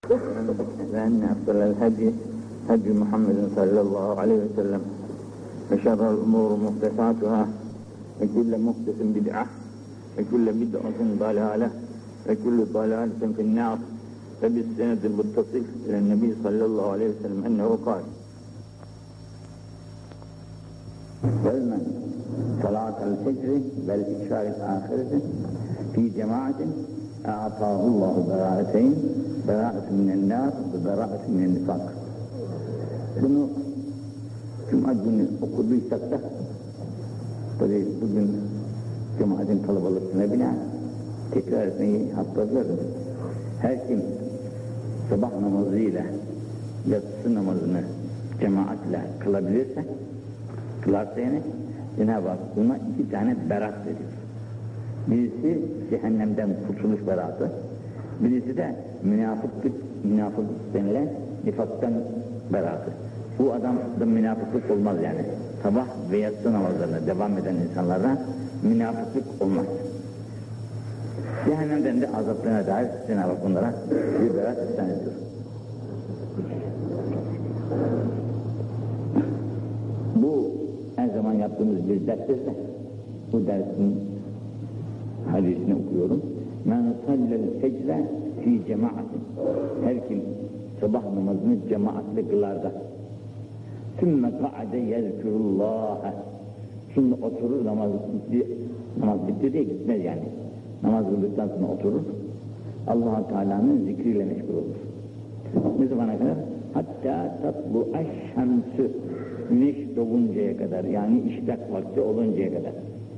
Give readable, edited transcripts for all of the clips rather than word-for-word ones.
وأن أفضل الهدي هدي محمد صلى الله عليه وسلم وشر الأمور محدثاتها وكل محدث بدعة وكل بدعة ضلالة وكل ضلالة في النار. فبالسند المتصل إلى النبي صلى الله عليه وسلم أنه قال: ومن صلاة الفجر والإشاء الآخرة في جماعة أعطاه الله براءتين، براءة من النار وبراءة من النفاق. Bunu Cuma günü okuduysak da tabi bugün cemaatin kalabalıklığına binaen tekrar etmeyi hatırlıyorum. Her kim sabah namazıyla yatsı namazını cemaatle kılarsa yani Cenab-ı Hak buna 2 tane berat veriyor. Birisi cehennemden kurtuluş beratı, birisi de münafıklık denilen nifaktan beratı. Bu adamda münafıklık olmaz yani. Sabah ve yatsı namazlarına devam eden insanlardan münafıklık olmaz. Cehennemden de azaplarına dair Cenab-ı Hak bunlara bir berat ihsan ediyor. Bu her zaman yaptığımız bir derstir de bu dersin hadisini okuyorum. Men sallel fecre fi cemaatin. Her kim sabah namazını cemaatle kılar da sümme ka'ade yezkurullâhe. Şimdi oturur namaz bitti diye gitmez yani. Namaz kıldıktan sonra oturur. Allah-u Teala'nın zikriyle meşgul olur. Ne zamana kadar? Hatta tatlu eşşemsü. Güneş doğuncaya kadar, yani işrak vakti oluncaya kadar.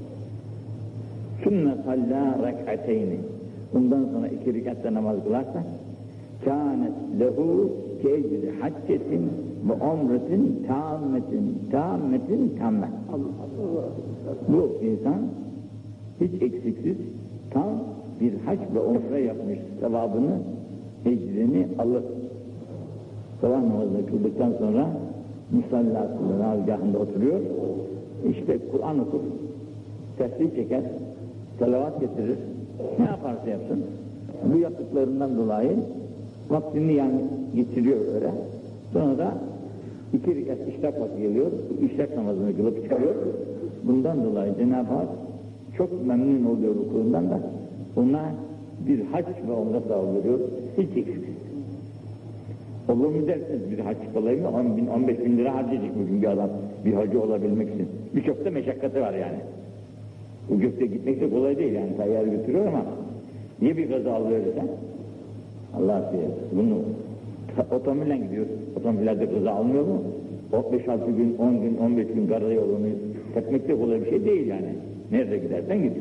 Sümme sallâ rek'ateyni. Bundan sonra 2 rekatta namaz kılarsa kânet lehu kecri haccetin ve umretin tâmmetin tamme. Bu insan hiç eksiksiz tam bir hac ve umre yapmış sevabını, ecrini alır. Sabah namazını kıldıktan sonra musallasında, namazgahında oturuyor, işte Kur'an okur, tesbih çeker, salavat getirir, ne yaparsa yapsın, bu yaptıklarından dolayı vaktini yani geçiriyor öyle. Sonra da 2 rekat işrak vakti geliyor, işrak namazını kılıp çıkıyor. Bundan dolayı Cenab-ı Hak çok memnun oluyor bu kulundan da ona bir hac ve umre sevabı veriyor, hiç eksiksiz. Olur mu dersiniz bir hac kolay mı? 10 bin, 15 bin lira harcayacak bugün bir adam bir hacı olabilmek için. Birçok da meşakkatı var yani. Bu gökte gitmek de kolay değil yani, tayyar götürüyor ama niye bir gaza alıyorsa? Allah bilir. Bunu otomobille gidiyor. Otomobillerde gaza almıyor mu? 5-6 gün, 10 gün, 15 gün karada yolunu tepmek de kolay bir şey değil yani. Nerede gidersen git.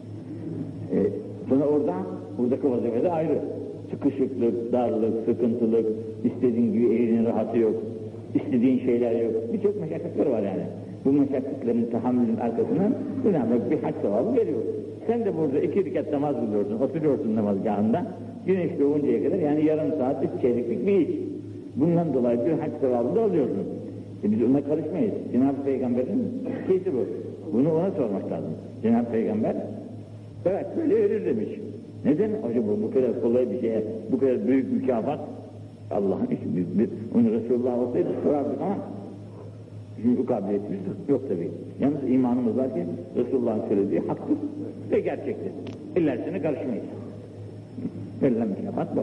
Sonra buradaki vazifede ayrı. Sıkışıklık, darlık, sıkıntılık, istediğin gibi evinin rahatı yok, istediğin şeyler yok. Birçok meşakkatler var yani. Bu meşakkatlerin tahammülün arkasından Cenab-ı bir hac sevabı veriyor. Sen de burada 2 rekat namaz kılıyorsun, oturuyorsun namazgahında, güneş doğuncaya kadar yani yarım saat, 3 çeyreklik bir iş. Bundan dolayı bir hac sevabı da alıyorsun. Biz ona karışmayız. Cenab-ı Peygamber'in keyfi bu. Bunu ona sormak lazım. Cenab-ı Peygamber, evet böyle verir demiş. Neden acaba bu kadar kolay bir şeye, bu kadar büyük mükafat? Allah'ın işi büyük. Onu Resulullah olsaydı sorardık ama şimdi bu kabiliyetimiz yok tabii. Yalnız imanımız var ki Resulullah'ın söylediği haktır ve gerçektir. İllersine karışmayız. Verilen mükafat bu.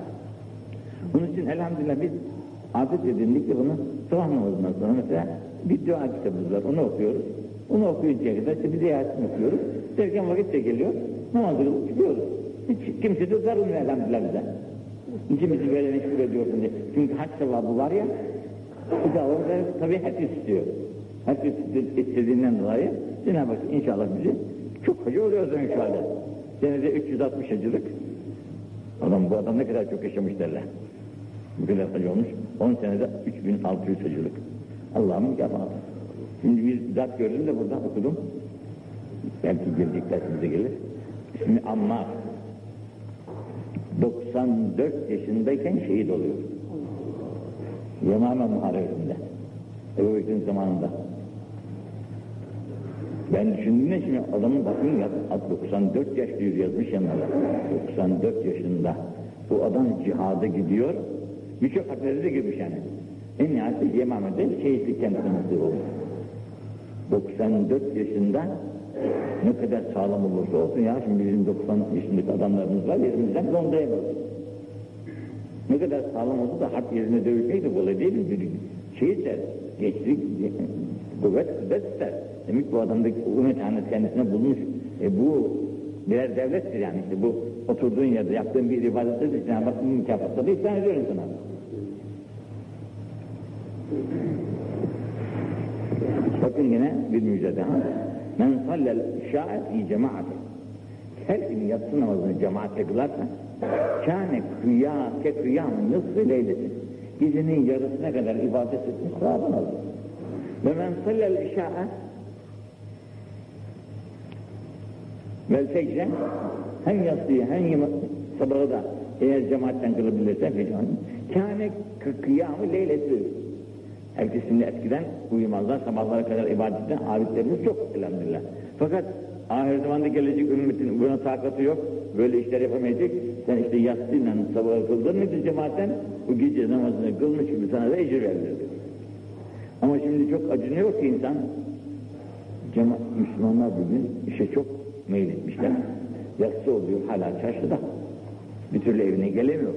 Bunun için elhamdülillah biz adet edindik ki bunu sabah namazından sonra mesela bir dua kitabımız var, onu okuyoruz. Onu okuyuncaya kadar işte bir ziyaretini okuyoruz. Derken vakit de geliyor, namaz kılıp çıkıyoruz. Hiç kimse de zarılmıyor elhamdülillah bize. İçimizi böyle meşgul ediyorsun diye. Çünkü hac sevabı var ya, bu da orada tabii herkes istiyor. Herkes istediğinden dolayı Cenab-ı Hak inşallah bizi çok hacı oluyoruz şu anda. Senede 360 hacılık. Bu adam ne kadar çok yaşamış derler. Bu kadar hacı olmuş. 10 senede 3600 hacılık. Allah'ın mükafatı. Şimdi bir zat gördüm de buradan okudum. Belki gelecek dersimize gelir. İsmi Ammar. 94 yaşındayken şehit oluyor. Yemame Muharebesi'nde. Ebu Bekir'in zamanında. Ben düşündüğümde şimdi adamın bakın 94 yaş diyor yazmış yanına. 94 yaşında Bu adam cihada gidiyor, birçok harfleri de girmiş yani. En nihayetinde Yemame'de şehitlik kendisine nasip oldu. 94 yaşında ne kadar sağlam olursa olsun ya, şimdi bizim 90 yaşındaki adamlarımız var, yerimizden zondayamıyoruz. Ne kadar sağlam olsa da harp yerine dövüşmek de kolay değil mi? Şey ister, gençlik, kuvvet ister. Demek ki bu adamdaki o metaneti kendisine bulmuş. Bu birer devlettir yani, işte bu oturduğun yerde yaptığın bir ibadettir, işte bak bu mükafatları ihsan ediyorum sana. Bakın yine bir müjde ha. Men sallel şa'et fi cemaati. Her kim yatsı namazını cemaate kılarsa kâne kıyâm nısfı leyleti. Gecenin yarısına kadar ibadet etmiş sahabın olur. Ve men sallel işâ'e vel fecre hem yatsıyı hem sabahı da eğer cemaatten kılabilirse kâne kıyâm leyleti. Herkes şimdi eskiden uyumazlar, sabahlara kadar ibadetten abidlerimiz çok elhamdülillah. Fakat ahir zamanda gelecek ümmetin buna takatı yok, böyle işler yapamayacak. Sen işte yatsıyla sabahı kıldın mıydı cemaatten, bu gece namazını kılmış gibi sana da ecir verilir. Ama şimdi çok acınıyor ki insan, Müslümanlar bugün işe çok meyletmişler. Yatsı oluyor hala çarşıda, bir türlü evine gelemiyor.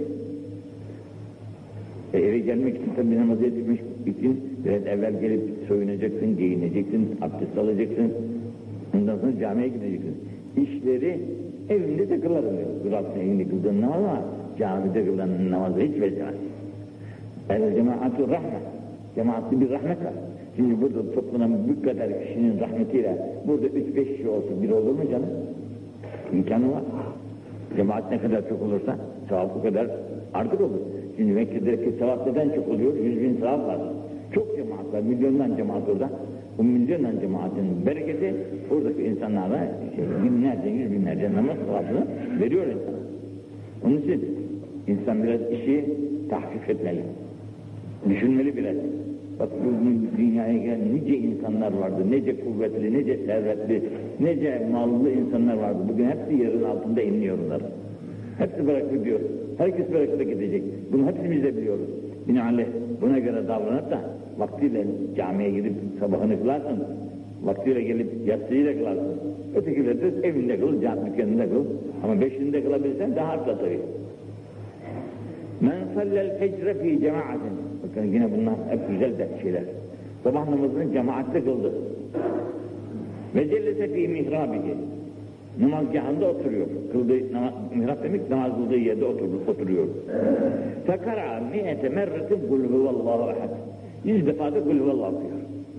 Eve gelmek için tabi namaza yetişmek için biraz evvel gelip soyunacaksın, giyineceksin, abdest alacaksın, ondan sonra camiye gideceksin. İşleri evinde de kılarım diyor. Kılarsın evinde kıldığın namaz ama camide kılan namazı hiç vermez. El-cemaatü rahmet, cemaatli bir rahmet var. Şimdi burada toplanan bu kadar kişinin rahmetiyle burada 3-5 kişi olsa bir olur mu canım? İmkanı var. Cemaat ne kadar çok olursa sevap o kadar artık olur. Şimdi Mekke'deki sevap neden çok oluyor? 100.000 sevap var. Çok cemaat var, milyondan cemaat orada. Bu milyondan cemaatin bereketi oradaki insanlara binlerce, yüz binlerce namaz sevabını veriyor insana. Onun için insan biraz işi tahfif etmeli. Düşünmeli biraz. Bak bu dünyaya gelen nice insanlar vardı, nece kuvvetli, nece servetli, nece mallı insanlar vardı. Bugün hepsi yerin altında inliyorlar. Hepsi bırakıp gidiyor. Herkes bırakıp gidecek. Bunu hepimiz de biliyoruz. Binaenaleyh buna göre davranıp da vaktiyle camiye gidip sabahını kılarsın, vaktiyle gelip yatsıyla kılarsın. Ötekileri de evinde kıl, dükkanında kıl. Ama beşinde kılabilirsen daha artla tabii. Men sallel fecre fi cemaatin. Bakın yine bunlar hep güzel de şeyler. Sabah namazını cemaatle kıldı. Ve cellese fi mihrabihi. Namazgahında oturuyor. Mihrap demek namaz kıldığı yerde oturuyor. Fekara mi'ete merretin kul huvallahu ehad. 100 defa da kul huvallahu okuyor.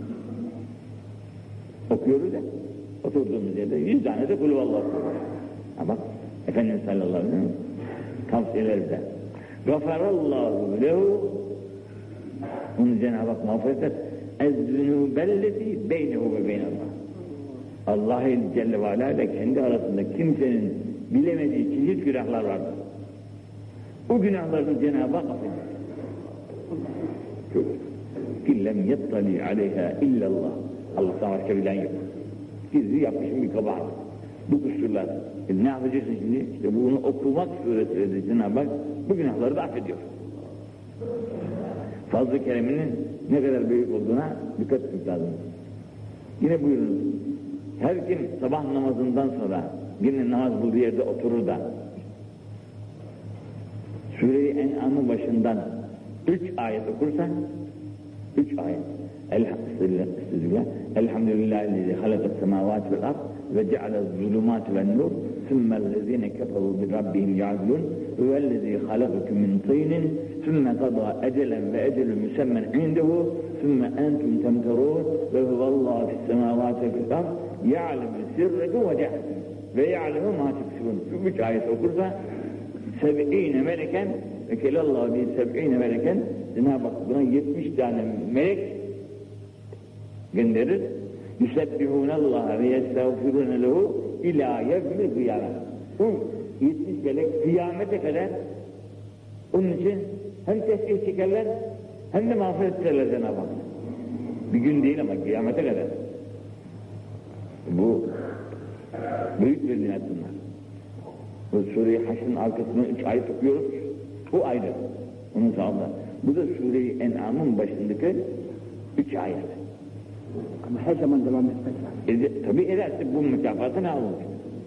Okuyoruz ya. Oturduğumuz yerde 100 tane de kul huvallahu okuyor. Ama Efendimiz sallallahu aleyhi ve sellem tavsiyeler bize. Gafarallahu lehu. Onu Cenab-ı Hak mağfiret et. Ez-zünûbelleti beynehu ve beynallah. Allah-u Celle ve Ala ile kendi arasında kimsenin bilemediği çeşit günahlar vardır. O günahlarını Cenab-ı Hak affeder. Killem yettali aleyha illallah. Allah'tan başka bilen yok. Gizli yapmışım bir kabahat. Bu kusurlar. Ne yapacaksın şimdi? İşte bunu okumak suretiyle Cenab-ı Hak bu günahları da affediyor. Fazl-ı Kerem'inin ne kadar büyük olduğuna dikkat etmek lazım. Yine buyurun. Her kim sabah namazından sonra yine namaz bulduğu yerde oturur da Sure-i En'am'ın başından 3 ayet okursa 3 ayet Elhamdülillahillezî halakas semâvâti vel ard ve cealez zulumâti ven nur sümmellezîne keferû bi rabbihim ya'dilûn huvellezî halakakum min tînin sümme qadâ ecelen ve ecelun müsemmen indehu sümme entum temterûn ve huvallâhu fissemâvâti vel ard ya'lemu sirrekum ve cehrekum ve ya'lemu mâ tuksibûn. Şu 3 ayet okursa 70 meleken ve kelallahu bi 70 meleken Cenab-ı Hak buna 70 tane melek gönderir. Yusebbihûnallâhe ve yestağfirûne lehu ilâ yevmil kıyamet. Bu 70 melek kıyamete kadar onun için hem tesbih çekerler hem de mağfiret ederler Cenab-ı Hak. Bir gün değil ama kıyamete kadar. Bu büyük bir nimet bunlar. Bu Sure-i Haşr'ın arkasından 3 ayet okuyoruz. Bu ayrı. Onun sağında. Bu da Sure-i En'am'ın başındaki 3 ayet. Ama her zaman devam etmez lazım. Tabi ederse bu mükafatı ne olur?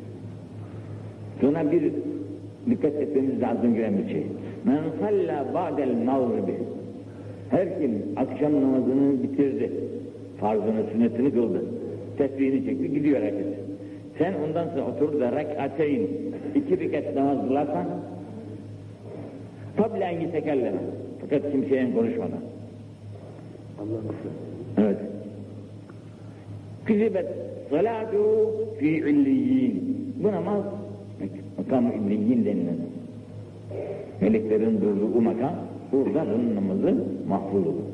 Sonra bir dikkat etmemiz lazım gelen bir şey. Men salla ba'del mağribi. Her kim akşam namazını bitirdi. Farzını, sünnetini kıldı. Tesbihini çekti, gidiyor herkes. Sen ondan sonra otur da rek'ateyn, 2 rekat namaz kılarsan kablen yetekelleme. Fakat kimseyle konuşmadan. Evet. Küzibet salatu fi illiyyin. Bu namaz makam-ı illiyyin denilen. Meleklerin durduğu makam, burada bunun namazı mahfuz olur.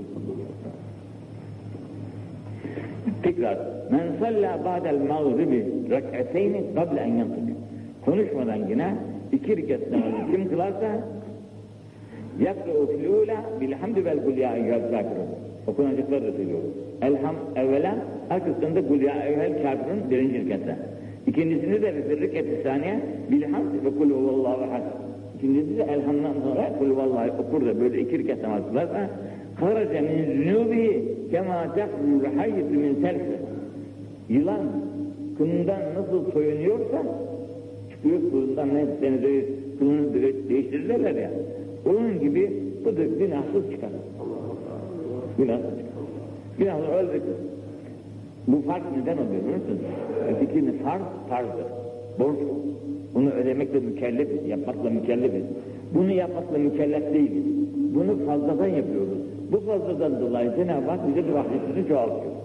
Tekrar. Men salla ba'del mağribi rek'ateyni kable en yantık. Konuşmadan yine 2 rekat namazı kim kılarsa yakra'u filûla bilhamdü vel kul ya eyyuhel kafirun. Okunacakları da söylüyorum. Elham evvela, arkasında kul ya eyyuhel kafirun 1. rekatta. İkincisini de bir rekat-ı saniye bilhamd ve kul huvallahu ahad. İkincisi de elhamdan sonra kul huvallahu okur da böyle 2 rekat namaz kılarsa kharaca min zunubihi kema tehru'l hayyet min selfe. Yılan kılından nasıl soyunuyorsa çıkıyor kılından ne denir, kılını değiştirirler ya. Onun gibi bu da günahsız çıkar. Günahsız çıkar. Günahsız öldür. Bu fark neden oluyor biliyor musunuz? Ötekinin farzdır. Borç. Bunu ödemekle mükellefiz, yapmakla mükellefiz. Bunu yapmakla mükellef değiliz. Bunu fazladan yapıyoruz. Bu fazladan dolayı Cenab-ı Hak bize bir rahmetini çoğaltıyor.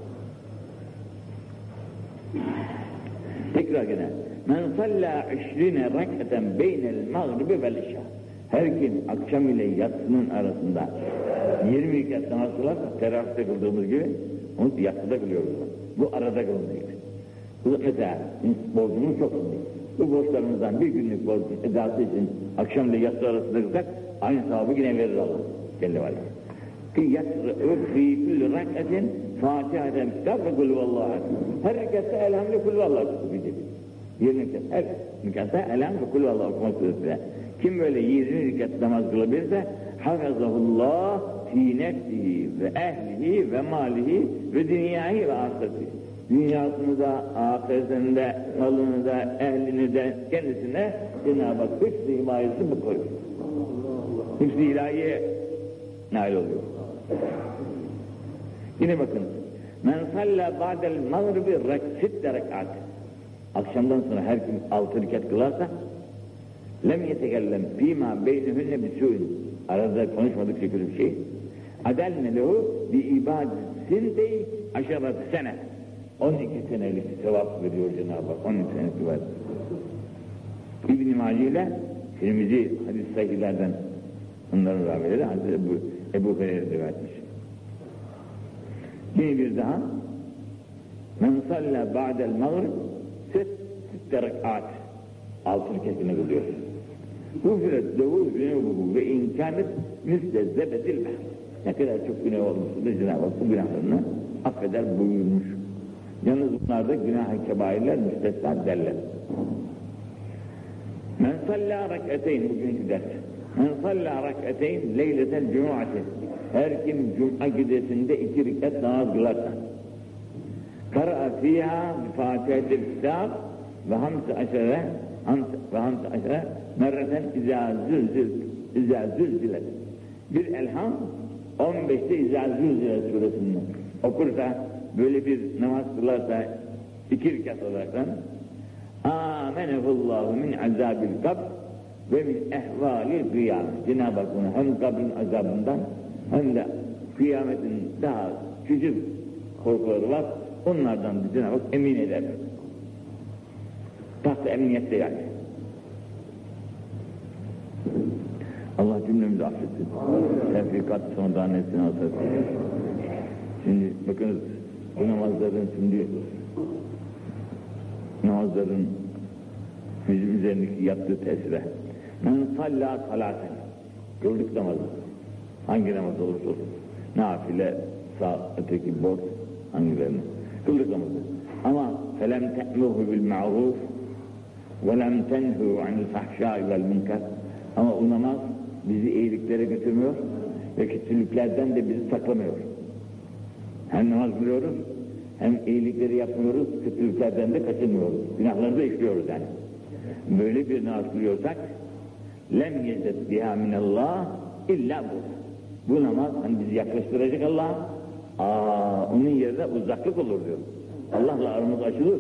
Tekrar gene. Men salla 20 rek'eten beynel mağribi vel işâ. Her kim akşam ile yatsının arasında 20 rekat namaz kılarsa, teravihte kıldığımız gibi, onu yatsıda kılıyoruz. Bu arada kılınıyor. Bu mesela borcumuz çok önemli. Bu borçlarımızdan bir günlük borç edası için akşam ile yatsı arasında kılsak, aynı sevabı yine verir Allah. Celle ve Ala. Ki yasr'u fî kulli rek'atin Fatiha'den kitap ve kul vallahu ahad. Her rekatta elhamdülillah kul vallahu okuyacak. 20 rekat. Her rekatta elhamdülillah kul vallahu okumak suretiyle. Kim böyle 20 rekat namaz kılabilirse hafazahullah fî nefsihi ve ehlihi ve malihi ve dünyayı ve ahireti. Dünyasını da, ahiretini de, malını da, ehlini de, kendisine Cenab-ı Hak hıfz-ı himayesi bu koyuyor. Hıfz-ı ilahiye nail oluyor. Yine bakın. Men salla ba'del mağribi sitte rekat. Akşamdan sonra her kim 6 rekat kılarsa lem yetekellem fîmâ beynehünne bisûin. Arada konuşmadıkça kötü bir şey. Adelne lehu bi ibadetin dey aşarat sene. 12 senelik sevap veriyor Cenab-ı Hak. 12 senelik ibadet. İbn-i Maci ile Tirmizi hadis sahihlerden onların ravileri Hazreti Ebu Hureyre rivayetmiş. Yine bir daha men salla ba'del mağrib sitte rek'at 6 rekatını kılıyor. Gufret lehu zunubuhu ve inkânet misle zebedil behr. Ne kadar çok günah olmuşsa da Cenab-ı Hak bu günahlarını affeder buyurmuş. Yalnız bunlarda günah-ı kebairler müstesna derler. Men salla rek'ateyn bugünkü ders. Men salla rek'ateyn leyletel cum'ati. Her kim cum'a gecesinde 2 rekat namaz kılarsa. Kara'a fîhâ bifâtihatil kitâb ve hamse aşere merreten izâ zülzilet. Bir elham 15'te izâ zülzilet suresinden okursa, böyle bir namaz kılarsa 2 rekat olaraktan âmenehullahu min azâbil kabr ve min ehvâlil kıyam. Cenab-ı Hak bunu hem kabrin azabından hem de kıyametin daha küçük korkuları var. Onlardan Cenab-ı Hak emin eder. Tahta emniyette yani. Allah cümlemizi affetsin. Tevfikat sonradan hepsini affetsin. Şimdi bakınız bu namazların bizim üzerindeki yaptığı tesire. Men sallâ salâten. Gördük namazı. Hangi namaz olursa olsun. Nafile, sağ, öteki, borç, hangilerini. Kıldık namazı. Ama felem te'muhu bil ma'ruf ve lem tenhu anil fahşâi vel münker. Ama o namaz bizi iyiliklere götürmüyor ve kötülüklerden de bizi saklamıyor. Hem namaz kılıyoruz, hem iyilikleri yapmıyoruz, kötülüklerden de kaçınmıyoruz. Günahları da işliyoruz yani. Böyle bir namaz kılıyorsak lem yezet biha minallah illa bu. Bu namaz hani bizi yaklaştıracak Allah'a, onun yerine uzaklık olur diyor. Allah'la aramız açılır.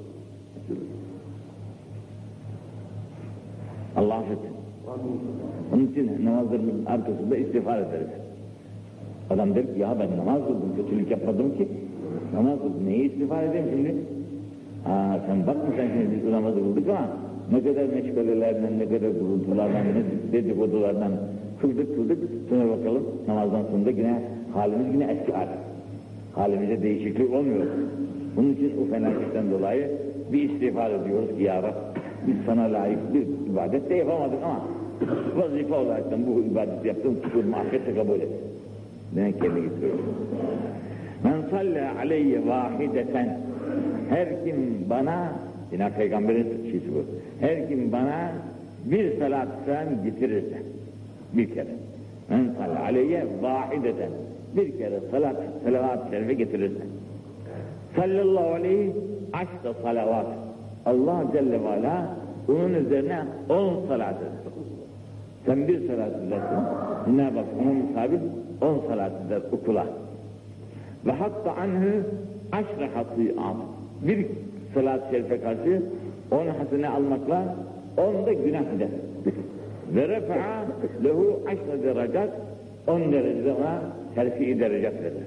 Allah affetsin. Onun için namazlarımızın arkasında istiğfar ederiz. Adam der ki ya ben namaz kıldım, kötülük yapmadım ki. Namaz kıldım, neye istiğfar edeyim şimdi? Sen bakma sen şimdi biz bu namazı kıldık ama ne kadar meşgalelerden, ne kadar gurultulardan, ne dedikodulardan kıldık. Sonra bakalım namazdan sonra yine halimiz yine eski hal. Halimize değişiklik olmuyor. Bunun için o fenalıktan dolayı bir istiğfar ediyoruz ki ya Rab, biz sana layık bir ibadet de yapamadık ama vazife olarak bu ibadeti yaptığım kusurmu affetse kabul et. Ben kendime getiriyorum. Men salla aleyye vahideten, her kim bana, yine Peygamber'in şeysi bu, her kim bana bir salat-ı getirirse, bir kere, men salla aleyye vahideten, bir kere salavat-ı şerife getirirse, sallallahu aleyhi aşta salavat, Allah Celle ve Ala onun üzerine 10 salat eder. Sen bir salat edersin, Cenab-ı Hak onun musabil 10 salat eder okula. Ve hatta anhü aşre hati'at. Bir salat-ı şerife karşı 10 hasene almakla 10 da günah gider. Ve refa'a lehu aşre derecat, 10 derecede ona terfi-i derecat verir.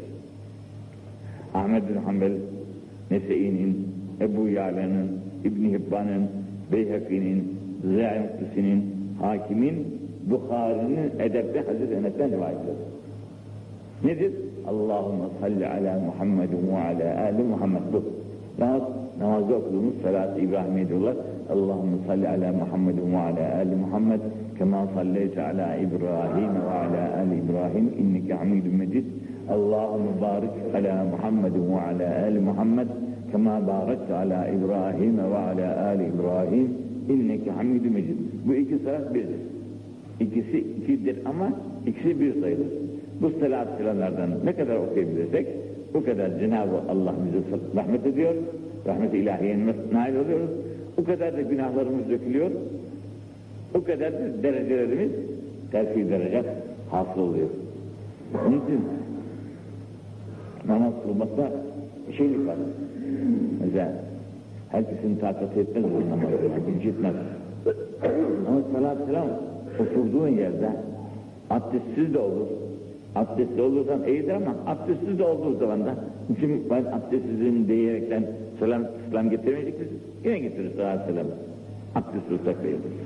Ahmed bin Hanbel, Nese'i'nin, Ebu Ya'la'nın, İbn-i Hibban'ın, Beyhaki'nin, Zâ-i Hakim'in, Bukhari'nin edepte Hazreti Enes'ten rivayet edilir. Nedir? Allahümme salli ala Muhammedin ve ala ali Muhammed. Bu. Namazda okuduğumuz salat-ı İbrahim'e diyorlar. Allahümme salli ala Muhammedin ve ala ali Muhammed kema salleyte ala İbrahim ve ala ali İbrahim inneke hamidun mecid. Allahümme barik ala Muhammedin ve ala ali Muhammed kema barekte ala İbrahim ve ala ali İbrahim inneke hamidun mecid. Bu iki salat birdir. İkisi ikidir ama ikisi bir sayılır. Bu salat filanlardan ne kadar okuyabilirsek o kadar Cenab-ı Allah bize rahmet ediyor, rahmet-i ilahiyenin nail oluyoruz. O kadar da günahlarımız dökülüyor, o kadar da derecelerimiz terfi derecet hasıl oluyor. Onun için namaz kılmakta şeylik var. Mesela herkesin takatı etmez bu namazı, gücü etmez. Ama salat filan oturduğun yerde abdestsiz de olur. Abdestli olursan iyidir ama abdestsiz de olduğu zaman da şimdi ben abdestsizim diyerekten selam getirmeyecek misin? Yine getirir salat selam. Abdest tutsak da yapar.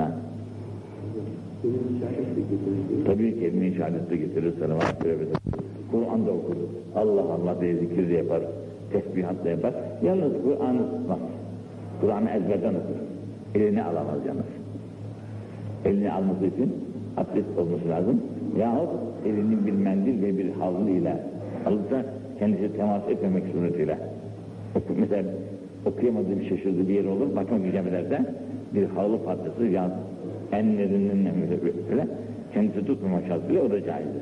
Tabii ki elini şehadet de getirir, salavat verir. Kur'an'da okur. Allah Allah diye zikir de yapar. Tesbihat da yapar. Yalnız Kur'an'ı tutmaz. Kur'an'ı ezberden okur. Elini alamaz yalnız. Elini alması için abdest olması lazım. Yahut elini bir mendil ve bir havlu ile alıp da kendisi temas etmemek suretiyle. Mesela okuyamadığı bir şaşırdığı bir yer olur, bakmak icap ederse bir havlu parçası yahut enlerinden böyle kendisi tutmamak şartıyla o da caizdir.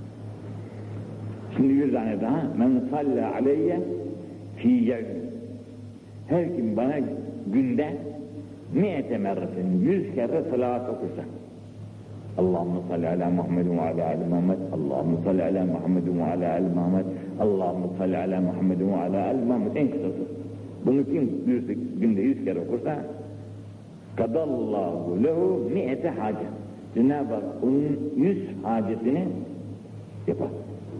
Şimdi bir tane daha men salla aleyye fi yevmi, her kim bana günde 100 merratin 100 kere salavat okursa, Allahümme salli ala Muhammedin ve ala ali Muhammed, Allahümme salli ala Muhammedin ve ala ali Muhammed, Allahümme salli ala Muhammedin ve ala ali Muhammed, en kısası. Bunu kim günde 100 kere okursa kadallahu lehu 100 hacet. Cenab-ı Hak onun 100 hacetini yapar.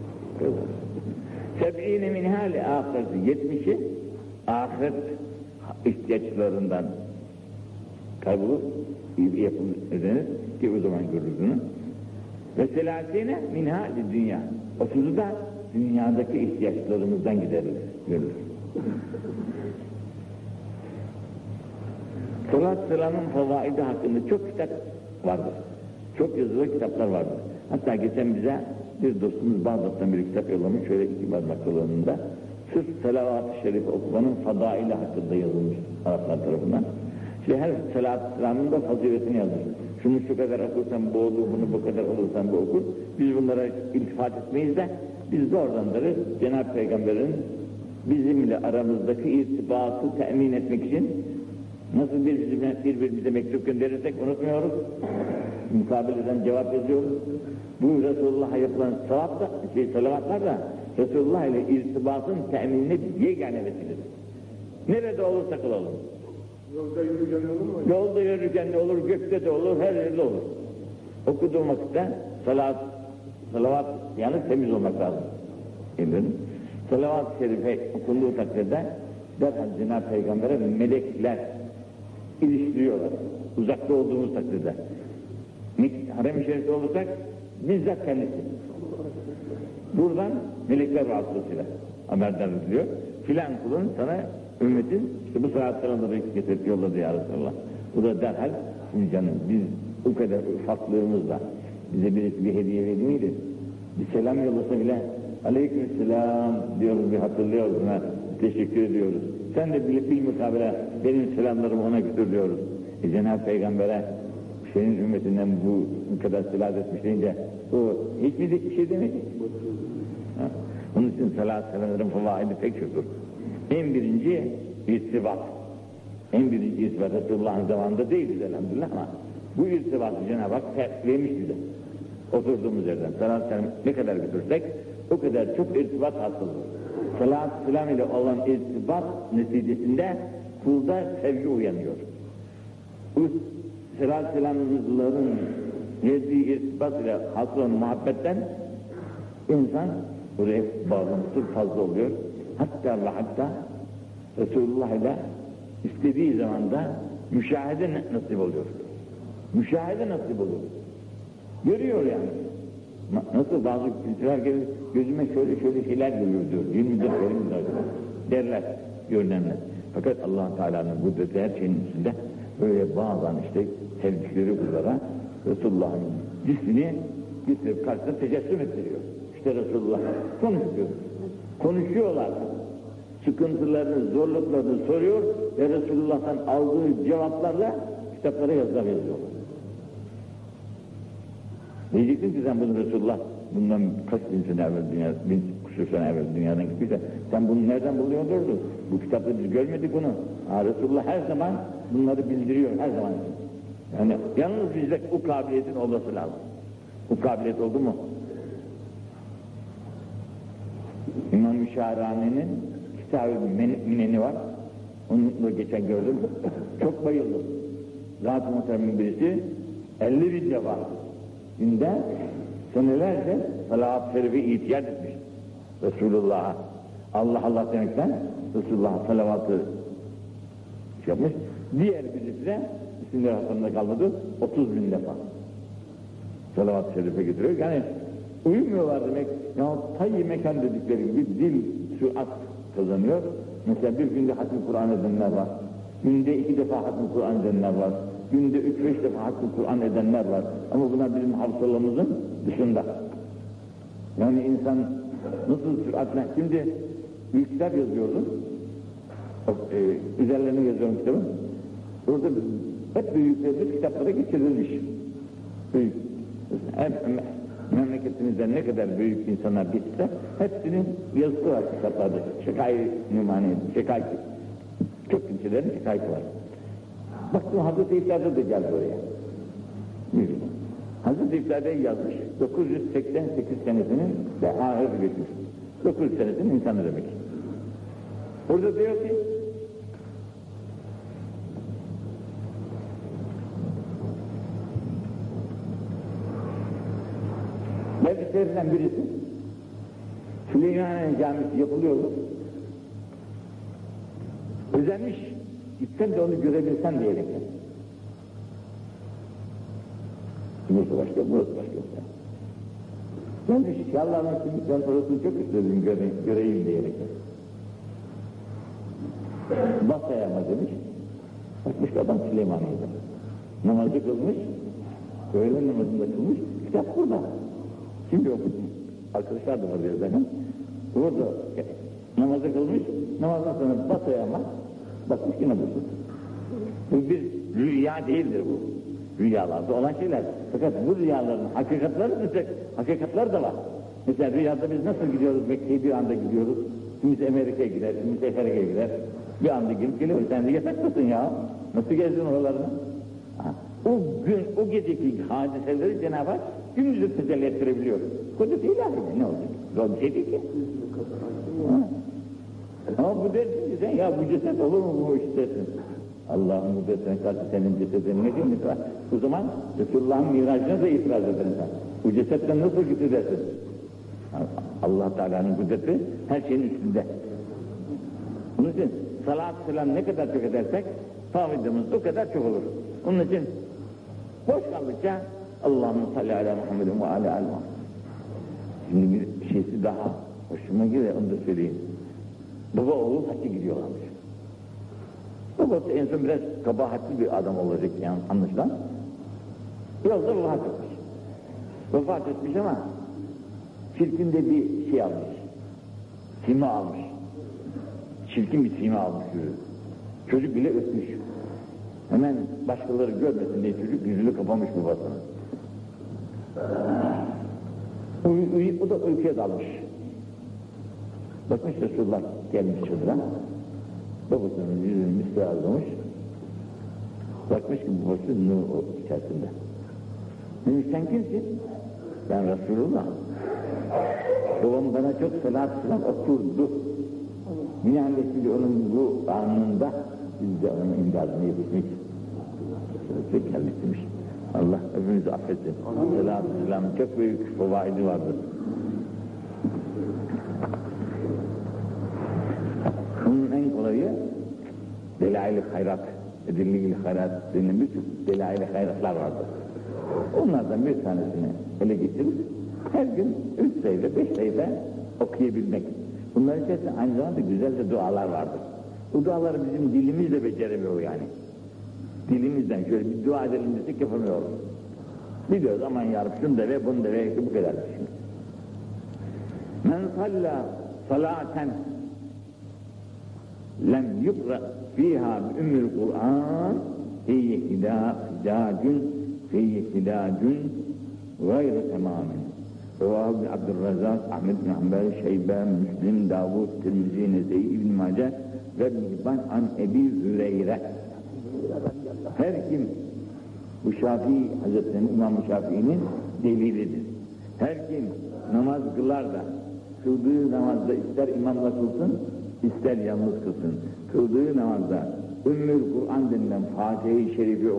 70 min hali ahireti, 70'i ahiret ihtiyaçlarından kaybolup yapılır ki o zaman görürüz bunu. Ve selasine min hali dünya, 30'u da dünyadaki ihtiyaçlarımızdan giderilir, görülür. Salat selamın favaidi hakkında çok kitap vardır. Çok yazılı kitaplar vardır. Hatta geçen bize bir dostumuz Bağdat'tan bir kitap yollamış, şöyle 2 parmak kalınlığında. Sırf salavat-ı şerif okumanın fadaili hakkında yazılmış Araplar tarafından. İşte her salat-ı selamın da faziletini yazmış. şunu şu kadar okursan bu olur, bunu bu kadar olursan bu okur. Biz bunlara iltifat etmeyiz de biz doğrudanları Cenab-ı Peygamber'in bizimle aramızdaki irtibatı temin etmek için nasıl birbirimize mektup gönderirsek unutmuyoruz. Mukabeleden cevap yazıyoruz. Bu Resulullah'a yapılan salavatlar da Resulullah ile irtibatın teminine yegane vesiledir. Nerede olursak olalım. Yolda yürürken olur mu? Yolda yürürken de olur, gökte de olur, her yerde olur. Okuduğum vakitte salavat yani temiz olmak lazım. Salavat-ı şerife okunduğu takdirde derhal Cenab-ı Peygamber'e melekler iliştiriyorlar. Uzakta olduğumuz takdirde. Harem-i şerifte olursak bizzat kendisi. Buradan melekler vasıtasıyla haberler ediliyor. Filan kulun sana ümmetin işte bu saat sıraları getirip yolladı ya Resulallah. Bu da derhal şimdi canım biz o kadar ufaklığımızla bize birisi bir hediye veriyor muydu? Bir selam yollasa bile aleykümselam diyoruz, bir hatırlıyoruz ona, teşekkür ediyoruz. Sen de bil mukabele benim selamlarımı ona götür diyoruz. Cenab-ı Peygamber'e senin ümmetinden bu kadar silah etmiş deyince o hiçbir şey demedi. Onun için selamların favaidi pek çoktur. En birinci irtibat. En birinci irtibat Resulullah'ın zamanında değiliz elhamdülillah ama bu irtibatı Cenab-ı Hak vermiş bize. Oturduğumuz yerden salat ne kadar götürsek o kadar çok irtibat hasılır. Salat selam ile olan irtibat neticesinde kulda sevgi uyanıyor. Bu salat selamların verdiği irtibat ile hasıl olan muhabbetten insan buraya bağlantısı fazla oluyor. Hatta ve hatta Resulullah ile istediği zamanda müşahede nasip oluyor. Müşahede nasip oluyor. Görüyor yani. Nasıl bazı kültürler gelir, gözüme şöyle şeyler görüyor diyor. 24 derler, görünenler. Fakat Allah Teala'nın kudreti her şeyin içinde böyle bazen işte sevdikleri kullara Resulullah'ın cismini getirip karşısına tecessüm ettiriyor. İşte Resulullah konuşuyor. Konuşuyorlar. Sıkıntılarını, zorluklarını soruyor ve Resulullah'tan aldığı cevaplarla kitaplara yazılar yazıyorlar. Diyeceksin ki sen bunu Resulullah bundan kaç bin sene evvel bin küsur sene evvel dünyadan gitmişse sen bunu nereden buluyordun? Bu kitapta biz görmedik bunu. Resulullah her zaman bunları bildiriyor her zaman. Yani yalnız bizde o kabiliyetin olması lazım. O kabiliyet oldu mu? İmam-ı Şahrani'nin kitabı Mineni var. Onu da geçen gördüm. Çok bayıldım. Zat-ı Muhterem'in birisi 50 bin defa günde senelerce salat-ı şerife ihtiyat etmiş Resulullah'a. Allah Allah demekten Resulullah'a salavatı yapmış. Diğer birisi de isimler hakkında kalmadı 30 bin defa salavat-ı şerife getiriyor. Yani uyumuyorlar demek. Ya tayyi mekan dedikleri gibi dil sürat kazanıyor. Mesela bir günde hatmi Kur'an edenler var. Günde 2 defa hatmi Kur'an edenler var. Günde 3-5 defa hatmi Kur'an edenler var. Ama bunlar bizim hafızalarımızın dışında. Yani insan nasıl süratle... Şimdi bir kitap yazıyordum. Üzerlerine yazıyorum kitabı. Orada hep büyüklerimiz kitaplara geçirilmiş. Büyük. Memleketimizde ne kadar büyük insanlar geçse hepsinin yazısı var kitaplarda. Şekai Numani, Şekai. Çok kimselerin şekayeti var. Baktım Hazreti İftar'da da geldi oraya. Hazreti İftar'da yazmış 988 senesinin ve ahir geçmiş. 900 senesinin insanı demek. Orada diyor ki Meclislerinden birisi Süleymaniye Camisi yapılıyordu. Özenmiş, gitsen de onu görebilsen diyerek. Burası başka, burası başka. Gelmiş, Allah'ın ben orasını çok istedim göreyim diyerek. Basaya mı demiş, bakmış adam Süleymaniye'de. Namazı kılmış, öğlen namazında kılmış, kitap burada. Şimdi okudum. Arkadaşlar da var diyor zaten. Orada namazı kılmış, namazdan sonra basaya ama bakmış yine dursun. Bu bir rüya değildir bu. Rüyalarda olan şeyler. Fakat bu rüyaların hakikatları da var. Mesela rüyada biz nasıl gidiyoruz? Mekke'ye bir anda gidiyoruz. Kimisi Amerika'ya gider, kimisi Eferi'ye gider. Bir anda girip geliyor. Sen de yataktasın ya. Nasıl gezdin oralarını? O gün, o geceki hadiseleri Cenab-ı Hak gündüzü tecelli ettirebiliyor. Kudret ilahi ne olacak? Zor bir şey değil ki. Ama bu dersin ki sen ya bu ceset olur mu bu iş dersin. Allah'ın kudretine karşı senin cesedin ne diyeyim var? O zaman Resulullah'ın miracına da itiraz edersin. Bu cesetten nasıl gitti dersin? Allah Teala'nın kudreti her şeyin üstünde. Onun için salat-ı selam ne kadar çok edersek faydamız o kadar çok olur. Onun için boş kaldıkça Allah'ın salli ala Muhammedin ve ala al Muhammed. Şimdi bir şeysi daha hoşuma gidiyor, onu da söyleyeyim. Baba oğul hacca gidiyorlarmış. Babası en son biraz kabahatli bir adam olacak yani anlaşılan. Yolda vefat etmiş. Vefat etmiş ama çirkin de bir şey almış. Sima almış. Çirkin bir sima almış yürü. Çocuk bile öpmüş. Hemen başkaları görmesin diye çocuk yüzünü kapamış babasına. O da uykuya dalmış. Bakmış Resulullah gelmiş çocuğa. Babasının yüzünü müstehazlamış. Bakmış ki babası nur içerisinde. Demiş sen kimsin? Ben Resulullah. Babam bana çok salat-ı selam okurdu. Nihayetinde onun bu anında biz de onun imdadına yetişmiş. Pekala demiş. Allah hepimizi affetsin. Salat-ı selam çok büyük fawaidi vardır. Bunun en kolayı Delail-i Hayrat, Edilli-i Hayrat denilen birçok Delail-i Hayratlar vardır. Onlardan bir tanesini ele getirip her gün 3 sayfa, 5 sayfa okuyabilmek. Bunların içerisinde aynı zamanda güzel de dualar vardır. Bu duaları bizim dilimiz de beceremiyor yani. Dilimizden şöyle bir dua edelim desek yapamıyoruz. Biliyoruz aman yarım şunu da ve bunu da ve bu kadar düşün. Men salla salaten lem yukra fiha bi ümmül Kur'an fiyye hidacun gayri tamamen. Revâhu Abdurrazzak, Ahmed bin Hanbel, Şeyben, Müslim, Davud, Tirmizi, Nese'yi, İbn-i Mace ve İbn-i Hibban an Ebi Hüreyre. Her kim bu Şafii Hazretleri'nin, İmam-ı Şafii'nin delilidir. Her kim namaz kılar da kıldığı namazda ister imamla kılsın, ister yalnız kılsın. Kıldığı namazda Ümmül Kur'an denilen Fatiha-i Şerifi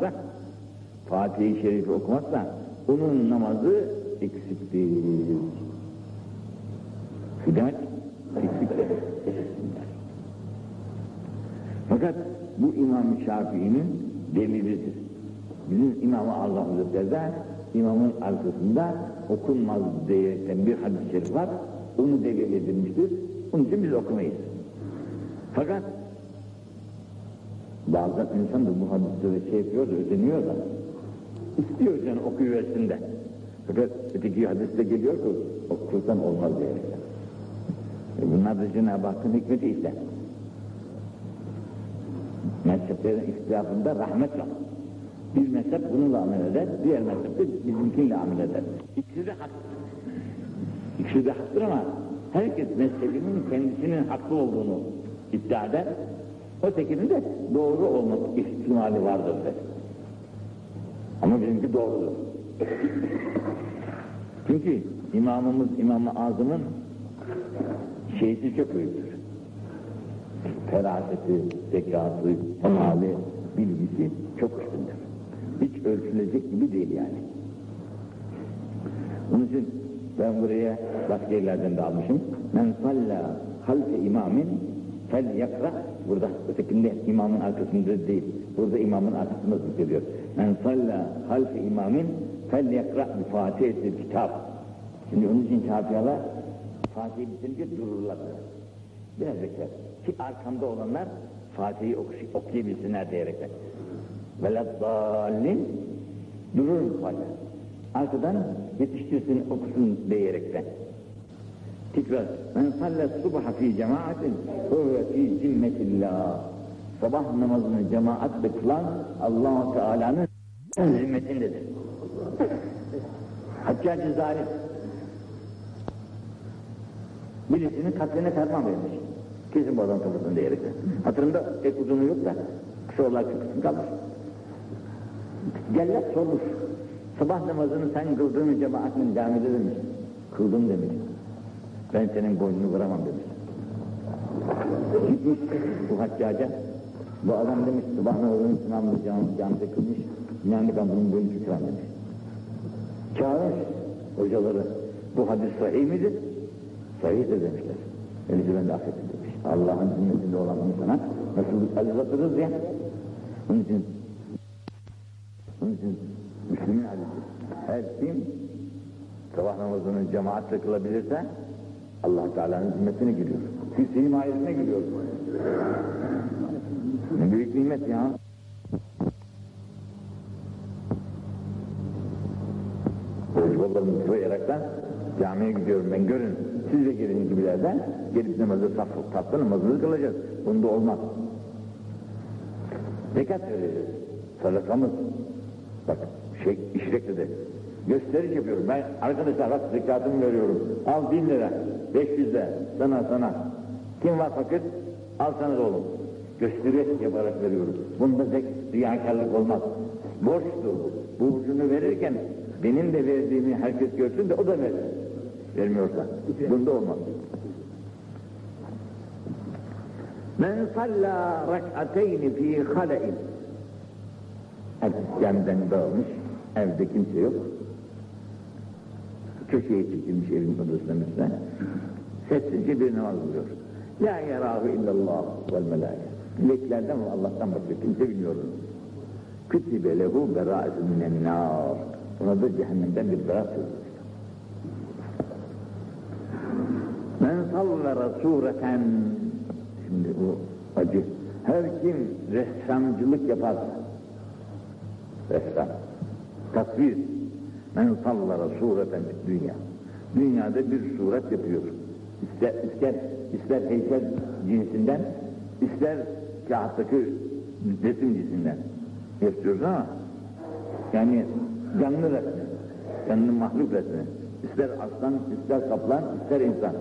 okumazsa onun namazı eksiktir. Ne demek? Eksiktir. Fakat bu İmam-ı Şafii'nin delilidir. Bizim İmam-ı Azam Hazretleri'de imamın arkasında okunmaz diyerekten bir hadis-i şerif var. Onu delil edilmiştir. Onun için biz okumayız. Fakat bazen insan da bu hadisleri yapıyor da özeniyor da istiyor canı okuyuversin de. Fakat öteki hadiste geliyor ki okursan olmaz diyerekten. Bunlar da Cenab-ı Hakk'ın hikmeti işte. Mezheplerin ihtilafında rahmet yok. Bir mezhep bununla amel eder, diğer mezhep de bizimkinle amel eder. İkisi de haktır. İkisi de haktır ama herkes mezhebinin kendisinin haklı olduğunu iddia eder. Ötekinin de doğru olmak ihtimali vardır der. Ama bizimki doğrudur. Çünkü imamımız İmam-ı Azam'ın şeysi çok büyüktür. Feraseti, zekası, hali, bilgisi çok üstündür. Hiç ölçülecek gibi değil yani. Onun için ben buraya başka yerlerden de almışım. Men salla halfe imamin fel yakra. Burada ötekinde imamın arkasında değil. Burada imamın arkasında zikrediyor. Men salla halfe imamin fel yakra bi Fatiha'til kitap. Şimdi onun için Şafialar Fatiha'yı bitirince dururlar. Biraz bekler. Ki arkamda olanlar Fatiha'yı okuyabilsinler diyerekten. Veleddallin durur Fatiha. Arkadan yetiştirsin okusun diyerekten. Tekrar. Men sallet subha fi cemaatin ve fi zimmetillah. Sabah namazını cemaatle kılan Allah-u Teala'nın zimmetindedir. Haccacı zalim. Birisinin katline ferman vermiş. Kesin bu adam kafasını diyerekten. Hatırında pek uzunu yok da kısa olarak bir kısım kalmış. Cellat sormuş. Sabah namazını sen kıldığın cemaatin camide demiş. Kıldım demiş. Ben senin boynunu kıramam demiş. Gitmiş bu haccaca. Bu adam demiş sabah namazını sınavını camide kılmış. Yani ben bunun boynunu tuturam demiş. Çağırmış hocaları. Bu hadis sahih midir? Sahihdir demişler. Öyleyse ben de affettim demiş. Allah'ın zimmetinde olan insana nasıl azizatırız ya. Onun için Müslüman hadisi. Her kim sabah namazını cemaatle kılabilirse Allah Teala'nın zimmetine giriyor. Kimse himayesine giriyor. Ne büyük nimet ya. Hocalarımız koyaraktan camiye gidiyorum ben görün. Siz de gelin gibilerden gelip namazı tatlı namazını kılacağız. Bunda olmaz. Zekat vereceğiz. Sadakamız. Bak işlek dedi. Gösteriş yapıyorum. Ben arkadaşlar bak zekatımı veriyorum. Al 1000 lira, 500 lira. Sana. Kim var fakir? Al sana da oğlum. Gösteriş yaparak veriyorum. Bunda riyakarlık olmaz. Borçtur. Borcunu verirken benim de verdiğimi herkes görsün de o da verir. Vermiyorsa. Bunda olmaz. Men salla rak'ateyni fi hala'in. Herkes camiden dağılmış. Evde kimse yok. Köşeye çekilmiş evin odasında mesela. Sessizce bir namaz kılıyor. La yarahu illallah vel melâike. Meleklerden ve Allah'tan başka kimse bilmiyor. Kütübe lehu berâ'etun minen nâr. Ona da cehennemden bir beraat sözlüyor. Men sallara sureten. Şimdi o acı. Her kim ressamcılık yaparsa, ressam, tasvir, men sallara sureten dünya. Dünyada bir suret yapıyor. İster heykel cinsinden, ister kağıttaki resim cinsinden yapıyoruz ama yani canlı resmi, canlı mahluk resmi. İster aslan, ister kaplan, ister insan.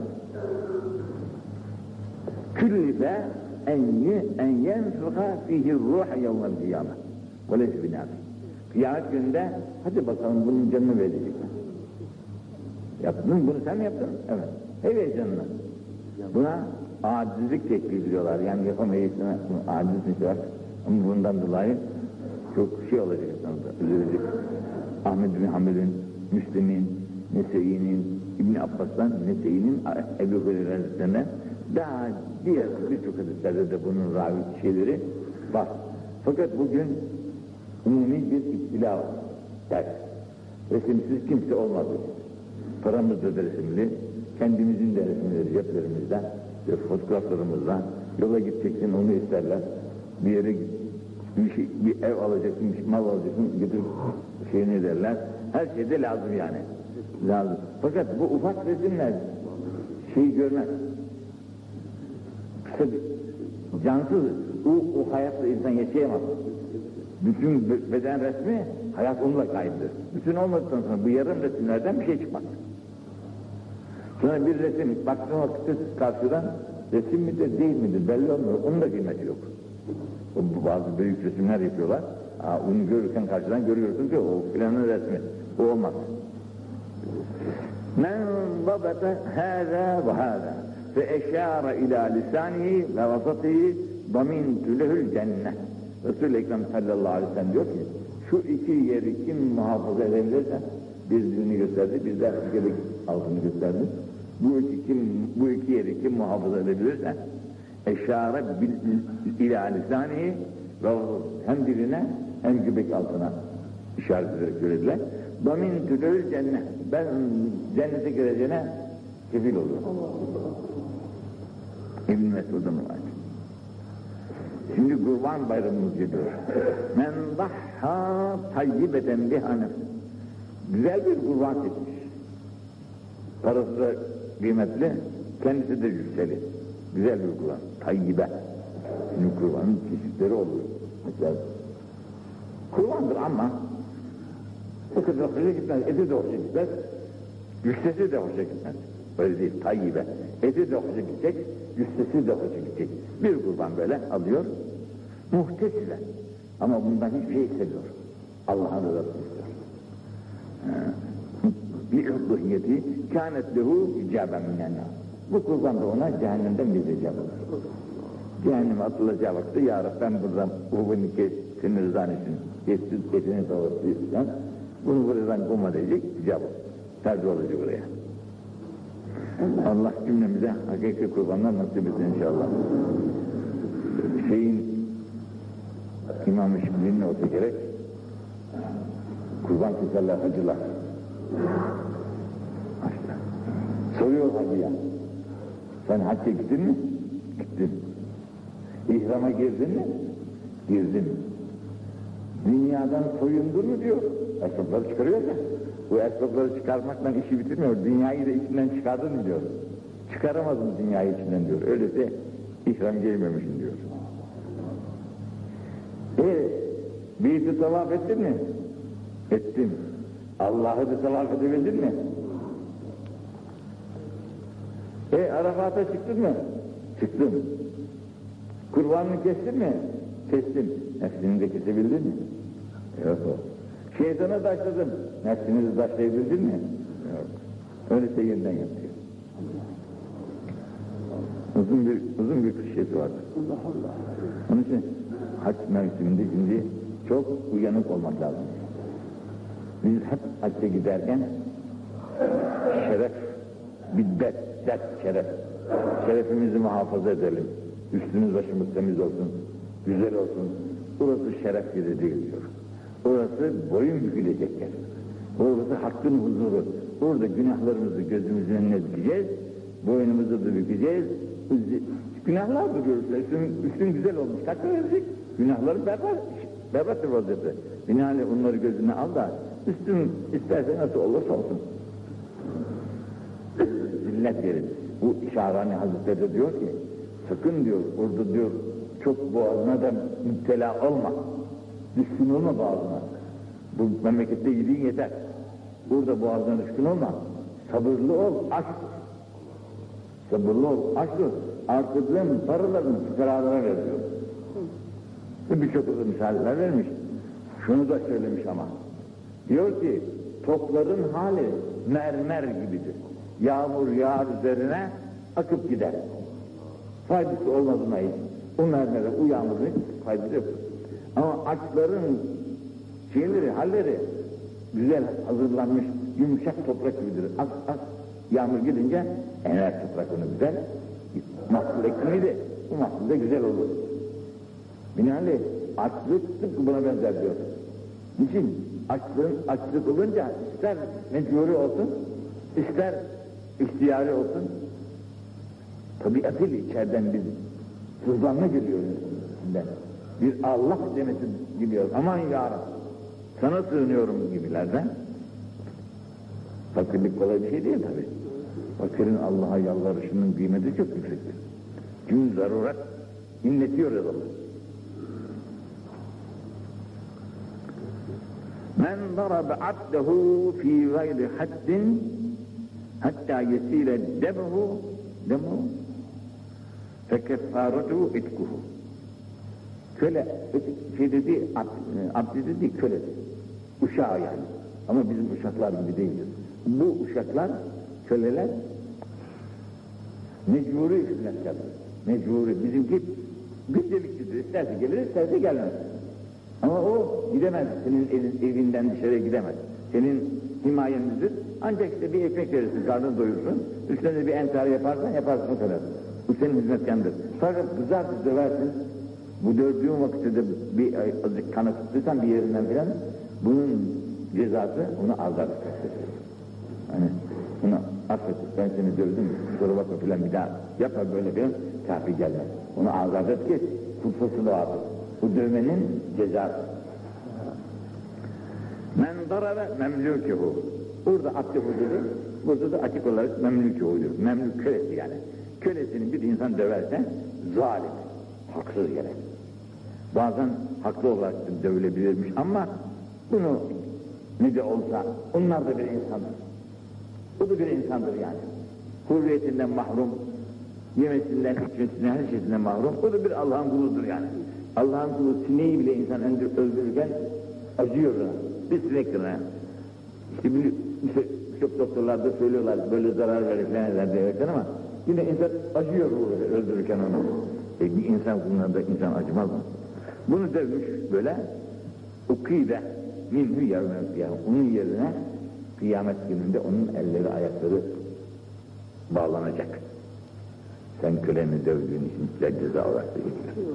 Küllife en yenfıha fihi ruha yevmel kıyame. Ve leyse binâfi. Kıyamet gününde hadi bakalım bunun canını verecekler. Yaptın bunu sen mi yaptın? Evet. Hey canını. Buna acizlik teklif ediyorlar. Yani yapamayışına acizlik var. Ama bundan dolayı çok şey olacak insanlar. Üzülecek. Ahmed bin Hanbel'in, Müslim'in, Nese'inin, İbn Abbas'tan, Nese'inin, Ebu Hureyre Hazretleri'nden daha diğer birçok hadislerde de bunun ravi şeyleri var. Fakat bugün umumi bir istila var. Yani resimsiz kimse olmadı. Paramızda da resimli, kendimizin de resimleri ceplerimizden, fotoğraflarımızdan, yola gideceksin onu isterler, bir yere bir ev alacaksın, bir mal alacaksın, götürüp şeyini derler, her şeyde lazım yani. Lazım. Fakat bu ufak resimler şeyi görmez. Kısa bir, cansız, o hayatta insan yaşayamaz. Bütün beden resmi hayat onunla kayıtlı. Bütün olmadıktan sonra bu yarım resimlerden bir şey çıkmaz. Sonra bir resim baktığın vakitte karşıdan resim midir değil midir belli olmuyor. Onun da kıymeti yok. Bazı büyük resimler yapıyorlar. Onu görürken karşıdan görüyorsun ki o filanın resmi. O olmaz. Men zabata hâzâ ve hâzâ fe eşâre ilâ lisânihi ve vasatihi damintü lehül cennet. Resul-i Ekrem sallallahu aleyhi ve sellem diyor ki şu iki yeri kim muhafaza edebilirse bir dilini gösterdi, bir de gerek altını gösterdi. Bu iki yeri kim muhafaza edebilirse eşâre ilâ lisânihi ve hem diline hem göbek altına işaret ederek söylediler. Damintü lehül cennet. Ben cennete gireceğine kefil oluyorum. İbn Mesud'un var. Şimdi Kurban Bayramımız geliyor. Men dahha tayyibeten bihanef. Güzel bir kurban seçmiş. Parası da kıymetli, kendisi de yükseli. Güzel bir kurban. Tayyibe. Şimdi kurbanın çeşitleri oluyor. Mesela kurbandır ama O kadar hoşa gitmez, eti de hoşa gitmez, güçsesi de hoşa gitmez. Öyle değil, tayyibe. Eti de hoşa gidecek, güçsesi de hoşa gidecek. Bir kurban böyle alıyor, muhtesilen. Ama bundan hiçbir şey istemiyor. Allah'ın rızasını istiyor. Li'uduhiyeti kânet lehu icaben minenâ. Bu kurban da ona cehennemden bir icap olur. Cehenneme atılacağı vakitte, ya Rabbi ben buradan uhbunu kes, senin rızan için, etini doğrultuyorsan, bunu buradan kovma diyecek, icap olur. Tercih olacak buraya. Allah cümlemize hakiki kurbanlar nasip etsin inşallah. İmam-ı Şibli'nin olsa gerek, kurban keserler hacılar. Soruyor hacıya, sen hacca gittin mi? Gittin. İhrama girdin mi? Girdin. Dünyadan soyundun mu diyor, esbabları çıkarıyor ya. Bu esbabları çıkarmakla işi bitirmiyor, dünyayı da içinden çıkardın mı diyor. Çıkaramazsın dünyayı içinden diyor, öyleyse ihram giymemişsin diyor. Beyti tavaf ettin mi? Ettim. Allah'ı da tavaf edebildin mi? Arafat'a çıktın mı? Çıktım. Kurbanını kestin mi? Kestim. Nefsini de kesebildin mi? Yok o. Şeytana taşladın. Nefsini de taşlayabildin mi? Yok. Öyleyse yeniden yapıyor. Uzun bir kışyeti vardır. Allah Allah. Onun için hac mevsiminde şimdi çok uyanık olmak lazım. Biz hep hacca giderken şeref, biddet, dert şeref. Şerefimizi muhafaza edelim. Üstümüz başımız temiz olsun, güzel olsun. Burası şeref yeri değil diyor. Orası boyun bükülecek yer. Orası hakkın huzuru. Orada günahlarımızı gözümüzün önüne dikeceğiz, boynumuzu da bükeceğiz. Günahlar duruyoruz. Üstün güzel olmuş. Kaç verecek? Günahları berbat bir vaziyette. Binaenaleyh onları gözüne al da üstün isterse nasıl olursa olsun. Zillet yeri. Bu Şahrani Hazretleri de diyor ki, sakın diyor, orada diyor, çok boğazına da müptela olma. Düşkün olma boğazına. Bu memlekette yediğin yeter. Burada boğazına düşkün olma. Sabırlı ol, aç. Sabırlı ol, aç ol. Artıkların, paralarını fıkaralara veriyor. Birçok misaller vermiş. Şunu da söylemiş ama. Diyor ki, topların hali mermer gibidir. Yağmur yağar üzerine akıp gider. Faydası olmadığına hiç. O mermere, o yağmurun hiç faydası yok. Ama açların halleri güzel hazırlanmış, yumuşak toprak gibidir. Az yağmur gidince ener toprak onu güzel. Mahsul ekmeği bu mahsul de güzel olur. Binaenaleyh açlık tıpkı buna benzer diyor. Niçin? Açlık olunca ister mecburi olsun, ister ihtiyari olsun, tabiatıyla içeriden bir sızlanma geliyor içinden. Bir Allah demesi geliyor. Aman ya Rabbi, sana sığınıyorum gibilerden. Fakirlik kolay bir şey değil tabi. Fakirin Allah'a yalvarışının kıymeti çok yüksektir. Gün zaruret inletiyor Allah. Men darabe abdehu fi gayri haddin hatta yesile demuhu fekeffaretu itkuhu. Köle, abdi dedi köle. Uşağı yani. Ama bizim uşaklar gibi değiliz. Bu uşaklar, köleler mecburi hizmetkarlar. Mecburi. Bizimki gündeliklidir. İsterse gelir, isterse gelmez. Ama o gidemez. Senin evinden dışarıya gidemez. Senin himayendedir. Ancak işte bir ekmek verirsin, karnını doyursun. Üstüne de bir entari yaparsın o kadar. Bu senin hizmetkandır. Fakat kızartıp döversin. Bu dövdüğün vakitte de bir azıcık kan akıttıysan bir yerinden filan, bunun cezası onu azar etmektir. Hani bunu affet, ben seni dövdüm, sonra bakma filan bir daha yapma böyle filan, kafi gelmez. Onu azar et ki kurtulsun o abi. Bu dövmenin cezası. Men darabe memlûkehu. Burada abdehu dedi, burada da açık olarak memlûkehu diyor. Memlûk kölesi yani. Kölesini bir insan döverse zalim, haksız gerek. Bazen haklı olarak dövülebilirmiş ama bunu ne de olsa onlar da bir insandır. O da bir insandır yani. Hürriyetinden mahrum, yemesinden, içmesinden, her şeyinden mahrum. O da bir Allah'ın kuludur yani. Allah'ın kulu sineği bile insan öldürürken acıyor ona. Bir sinektir ona. İşte birçok doktorlar da söylüyorlar böyle zarar verir falan eder diyerekten ama yine insan acıyor öldürürken onu. Bir insan kullarında insan acımaz mı? Bunu dövmüş böyle ukîbe minhü yevmel kıyâme. Onun yerine kıyamet gününde onun elleri ayakları bağlanacak. Sen köleni dövdüğün için size ceza olarak da geliyor.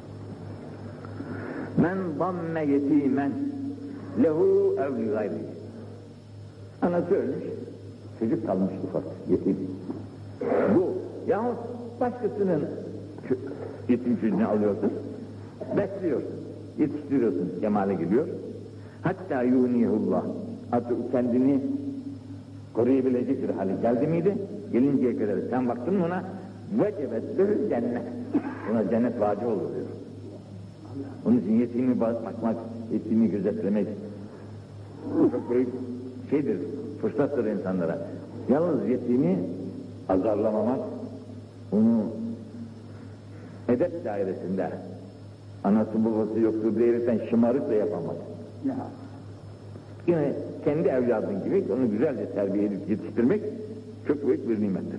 Men damme yetimen lehu evli gayri. Anası ölmüş, çocuk kalmış ufak, yetim. Bu, yahut başkasının yetim çocuğunu alıyorsun, besliyorsun, yetiştiriyorsun, kemale gidiyor. Hatta yunihullah, artık kendini koruyabilecek bir hale geldi miydi? Gelinceye kadar sen baktın ona, vecebettir cennet. Ona cennet vacip olur diyor. Onun için yetimi bakmak, yetimi gözetlemek, bu çok büyük şeydir, fırsattır insanlara. Yalnız yetimi azarlamamak, onu edep dairesinde, anası babası yoktur diyerekten şımarık da yapamak. Ya. Yine kendi evladın gibi onu güzelce terbiye edip yetiştirmek çok büyük bir nimettir.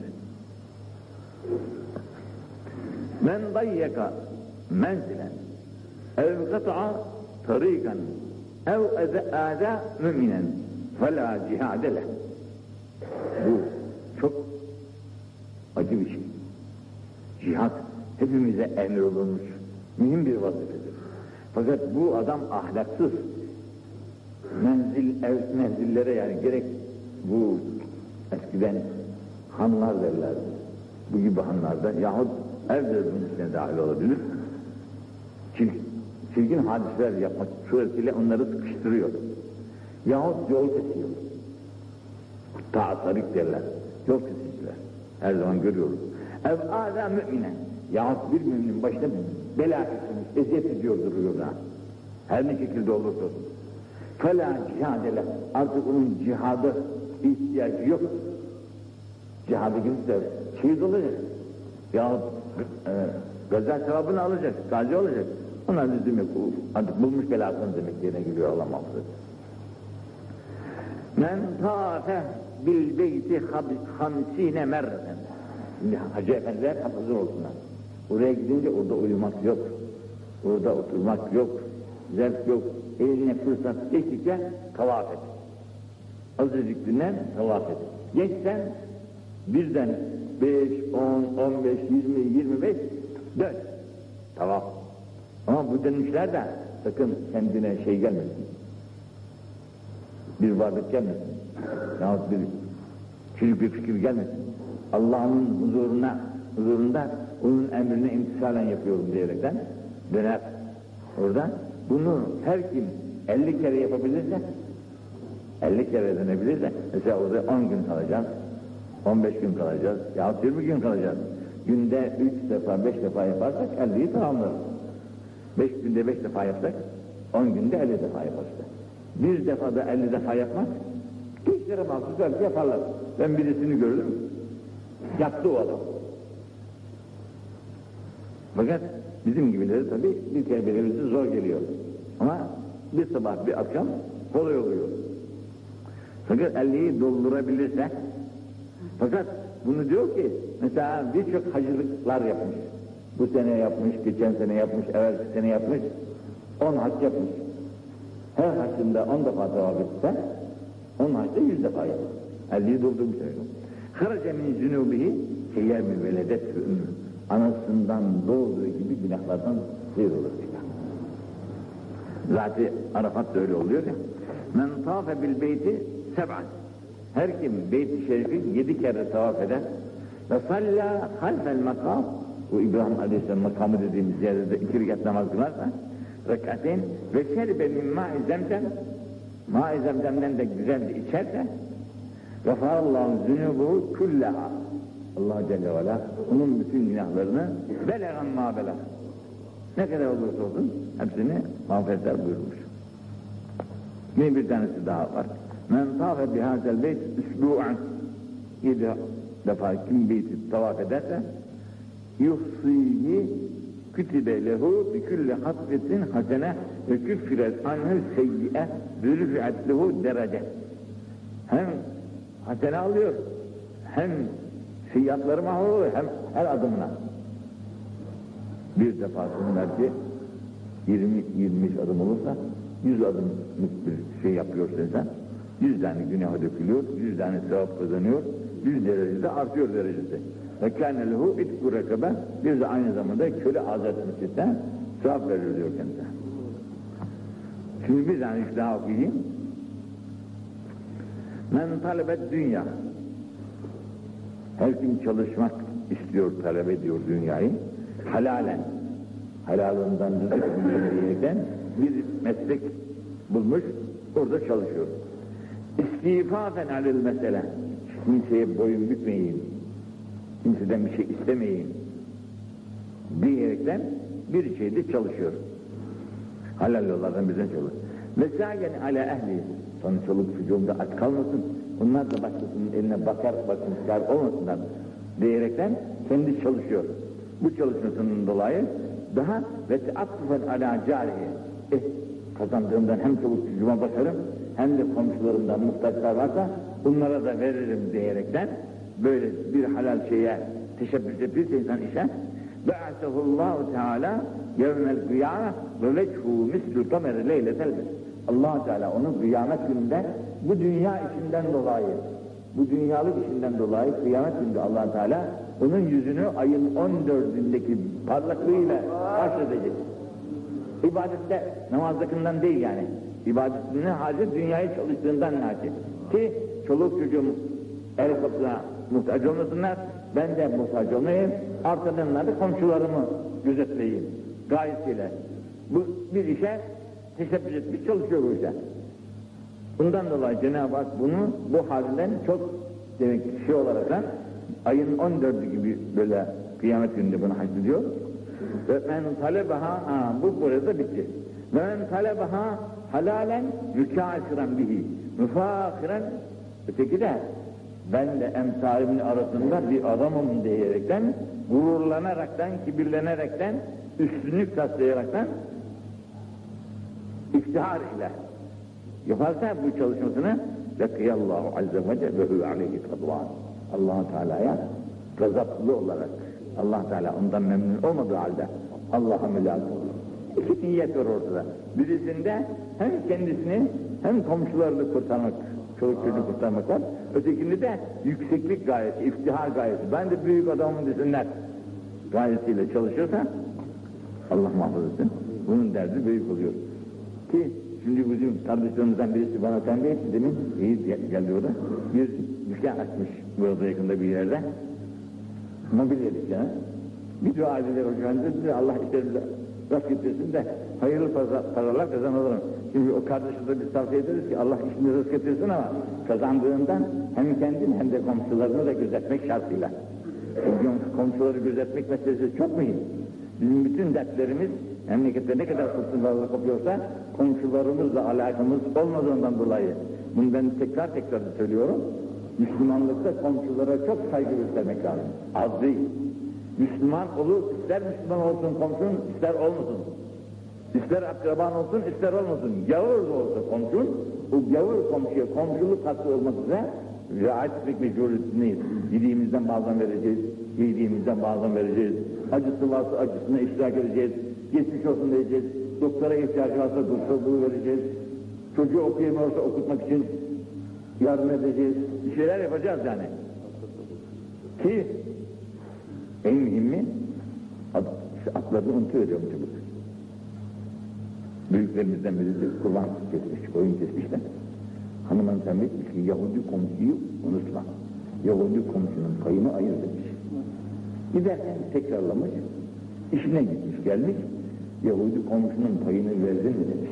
Men dayyaka menzilen ev kata'a tarikan ev âzâ müminen felâ cihâde leh. Bu çok acı bir şey. Cihad hepimize emrolunmuş mühim bir vazifedir. Fakat bu adam ahlaksız. Menzillere yani gerek bu eskiden hanlar derlerdi. Bu gibi hanlarda yahut ev devriminin içine dahil olabilir. Çirkin hadiseler yapmak suretiyle onları sıkıştırıyor. Yahut yol kesiyor. Ta'sarik derler. Yol kesiciler. Her zaman görüyoruz. Ev âzâ müminen. Yahut bir müminin başına bela kesilmiş, eziyet ediyor duruyorlar. Her ne şekilde olursa olsun. Fela cihadele. Artık onun cihada ihtiyacı yok. Cihada gidip şehit olacak. Yahut gazel sevabını alacak, gazi olacak. Ona lüzum yok. Artık bulmuş belasını demek yerine geliyor Allah muhafaza. Men tâfe bil beyti hamsine merreten. Şimdi Hacı Efendiler hazır olsunlar. Oraya gidince orada uyumak yok. Orada oturmak yok. Zevk yok. Eline fırsat geçtikçe tavaf et. Azıcık dinlen, tavaf et. Geçsen birden 5, 10, 15, 20, 25 dön. Tavaf. Ama bu dönüşler de sakın kendine şey gelmesin. Bir varlık gelmesin. Yahut bir küçük bir fikir gelmesin. Allah'ın huzurunda onun emrine imtisalen yapıyorum diyerekten döner. Orada bunu her kim 50 kere yapabilirse 50 kere dönebilirse mesela orada 10 gün kalacağız, 15 gün kalacağız yahut 20 gün kalacağız. Günde 3 defa 5 defa yaparsak 50'yi tamamlarız. 5 günde 5 defa yapsak 10 günde 50 defa yaparız. Bir defada 50 defa yapmak gençlere mahsus belki yaparlar. Ben birisini gördüm. Yaptı o adam. Fakat bizim gibileri tabii bir kere belirlisi zor geliyor. Ama bir sabah bir akşam kolay oluyor. Fakat 50'yi doldurabilirse, fakat bunu diyor ki mesela birçok hacılıklar yapmış. Bu sene yapmış, geçen sene yapmış, evvelki sene yapmış, 10 hac yapmış. Her haccında 10 defa tavaf etse, 10 haccda 100 defa yapmış. 50'yi doldurmuş. Harace min zünubihi keyyemi veledetü ümmü. Anasından doğduğu gibi günahlardan sıyrılır. Zaten Arafat da öyle oluyor ya. Men tâfe bil beyti seb'an. Her kim Beyt-i Şerif'i 7 kere tavaf eder ve sallâ halfel makam, bu İbrahim Aleyhisselam makamı dediğimiz yerde 2 rekat namaz kılarsa rekateyn ve şerbe min ma'i zemzem, ma'i zemzemden de güzelce içerse gafârallâhu zünûbuhu kullaha, Allah Celle ve Ala onun bütün günahlarını belegan ma belag, ne kadar olursa olsun hepsini mağfiretler buyurmuş. Yine bir tanesi daha var. Men tâfe bihâzel beyt üsbû'an. 7 defa kim beyti tavaf ederse yuhsîhi kütübe lehu bi külli hasretin hasene ve küffiret anhel seyyi'e ve rüfi'at lehu derece. Hem hasene alıyor, hem seyyiatları mahvoluyor, hem her adımına. Bir defasının belki 20-23 adım olursa 100 adımlık bir şey yapıyorsa insan, 100 tane günahı dökülüyor, 100 tane sevap kazanıyor, 100 derecede artıyor derecesi. Ve kâne lehu itku rekabe, bir de aynı zamanda köle azat etmesinden sevap veriyor diyor kendine. Şimdi bir tane işte daha okuyayım. Men talebet dünya. Her kim çalışmak istiyor, talep ediyor dünyayı. Halalen, halalından rızık bulunurken bir meslek bulmuş, orada çalışıyor. İstifafen alel mesele. Kimseye boyun bükmeyin, kimseden bir şey istemeyin diyerekten bir şeyde çalışıyor. Halal yollardan birden çalışıyor. Vesayen ala ehli. Sonra çoluk çocuğumda aç kalmasın, onlar da başkasının eline bakmışlar olmasınlar diyerekten kendi çalışıyor. Bu çalışmasının dolayı daha ve teattufen ala cariye. Kazandığımdan hem çoluk çocuğuma bakarım, hem de komşularımdan muhtaçlar varsa bunlara da veririm diyerekten böyle bir halal şeye teşebbüs edilirse insan işe Be'asehullahu Teala yevmel kıyâme ve veçhû mislü kameri leyletel bedr. Allah Teala onun kıyamet gününde bu dünya işinden dolayı, bu dünyalık işinden dolayı kıyamet gününde Allah Teala onun yüzünü ayın 14'ündeki parlaklığıyla haşredecek. İbadette namazdakinden değil yani. İbadetinin hacı dünyayı çalıştığından hacı. Ki çoluk çocuğum el kapısına muhtaç olmasınlar, ben de muhtaç olmayayım, arkadanlarda komşularımı gözetleyeyim gayesiyle. Bu bir işe teşebbüs etmiş, çalışıyor bu işe. Bundan dolayı Cenab-ı Hak bunu bu halinden çok demek şey olarak da ayın 14'ü gibi böyle kıyamet gününde bunu haccediyor. Ve men talebaha, bu burada bitti. Ve men talebaha halalen mükâsiren bihi, müfâkiren, öteki de ben de emsalimin arasında bir adamım diyerekten, gururlanaraktan, kibirlenerekten, üstünlük taslayaraktan iftihar ile yaparsa bu çalışmasını lekiyallahu azze ve celle ve hu aleyhi kadvan. Allah-u Teala'ya gazaplı olarak, Allah Teala ondan memnun olmadığı halde Allah'a mülâk olur. İki niyet var ortada. Birisinde hem kendisini hem komşularını kurtarmak, çoluk çocuğu kurtarmak var. Ötekinde de yükseklik gayesi, iftihar gayesi. Ben de büyük adamım desinler gayesiyle çalışırsa Allah muhafaza etsin. Bunun derdi büyük oluyor. Ki şimdi bizim kardeşlerimizden birisi bana tembih etti demin, iyi geldi orada. Bir dükkan açmış burada yakında bir yerde. Mobilya dükkanı. Bir dua edilir hocam dedi, Allah işlerimize rast getirsin de hayırlı paralar kazanalım. Şimdi o kardeşimize biz tavsiye ederiz ki Allah işini rast getirsin ama kazandığından hem kendini hem de komşularını da gözetmek şartıyla. Bugün komşuları gözetmek meselesi çok mühim. Bizim bütün dertlerimiz memlekette ne kadar fırsatlarla kopuyorsa komşularımızla alakamız olmadığından dolayı. Bunu ben tekrar söylüyorum. Müslümanlıkta komşulara çok saygı göstermek lazım. Az değil. Müslüman olur, ister Müslüman olsun komşun, ister olmasın. İster akraban olsun, ister olmasın. Gavur da olsa komşun, o gavur komşuya komşuluk hakkı olmak üzere riayet etmek mecburiyetindeyiz. Yediğimizden bazen vereceğiz, yediğimizden bazen vereceğiz. Acısı varsa acısına iştirak edeceğiz. Geçmiş olsun diyeceğiz. Doktora ihtiyacı varsa doktorluğu vereceğiz. Çocuğu okuyamıyorsa okutmak için yardım edeceğiz. Bir şeyler yapacağız yani. Ki en mühimi atlarını unutuyorum çocuk. Büyüklerimizden birisi kurban kesmiş, koyun kesmişler. Hanımın tembih etmiş ki Yahudi komşuyu unutma. Yahudi komşunun payını ayır demiş. Giderken tekrarlamış, işine gitmiş gelmiş, Yahudi komşunun payını verdin mi demiş.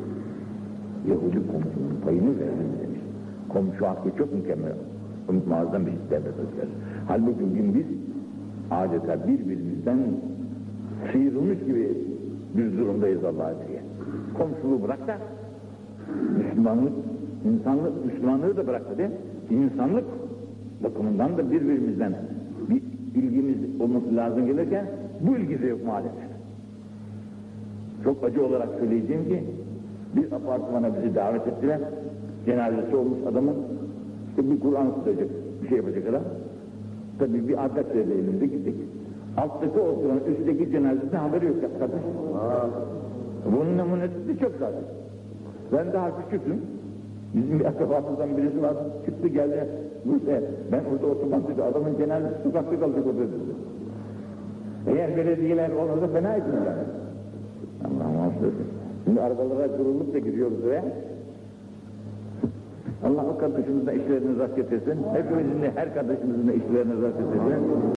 Yahudi komşunun payını verdin mi demiş. Komşu hakkı çok mükemmel. Unutmazdan bir şey devlet özgür. Halbuki bugün biz adeta birbirimizden sıyrılmış gibi bir durumdayız Allah'a diye. Komşuluğu bırak da Müslümanlık, insanlık, Müslümanlığı da bırak hadi. İnsanlık bakımından da birbirimizden bir ilgimiz olması lazım gelirken bu ilgi de yok maalesef. Çok acı olarak söyleyeceğim ki bir apartmana bizi davet ettiler. Cenazesi olmuş adamın. İşte bir Kur'an tutacak, bir şey yapacak adam. Tabii bir arkadaşlarla elimizde gittik. Alttaki oturan üstteki cenazesinden haberi yok kardeş. Bunun namunesi de çok zaten. Ben daha küçüktüm. Bizim bir akrabamızdan birisi var, çıktı geldi. Buraya, ben orada oturmam dedi, adamın cenazesi sokakta kalacak orada dedi. Eğer belediyeler olmasa fena etmiyor yani. Allah'ım affedersin. Şimdi arabalara durulup da giriyoruz oraya. Allah o kardeşimizin işlerini rast getirsin. Hepimizin de her kardeşimizin de işlerini rast getirsin.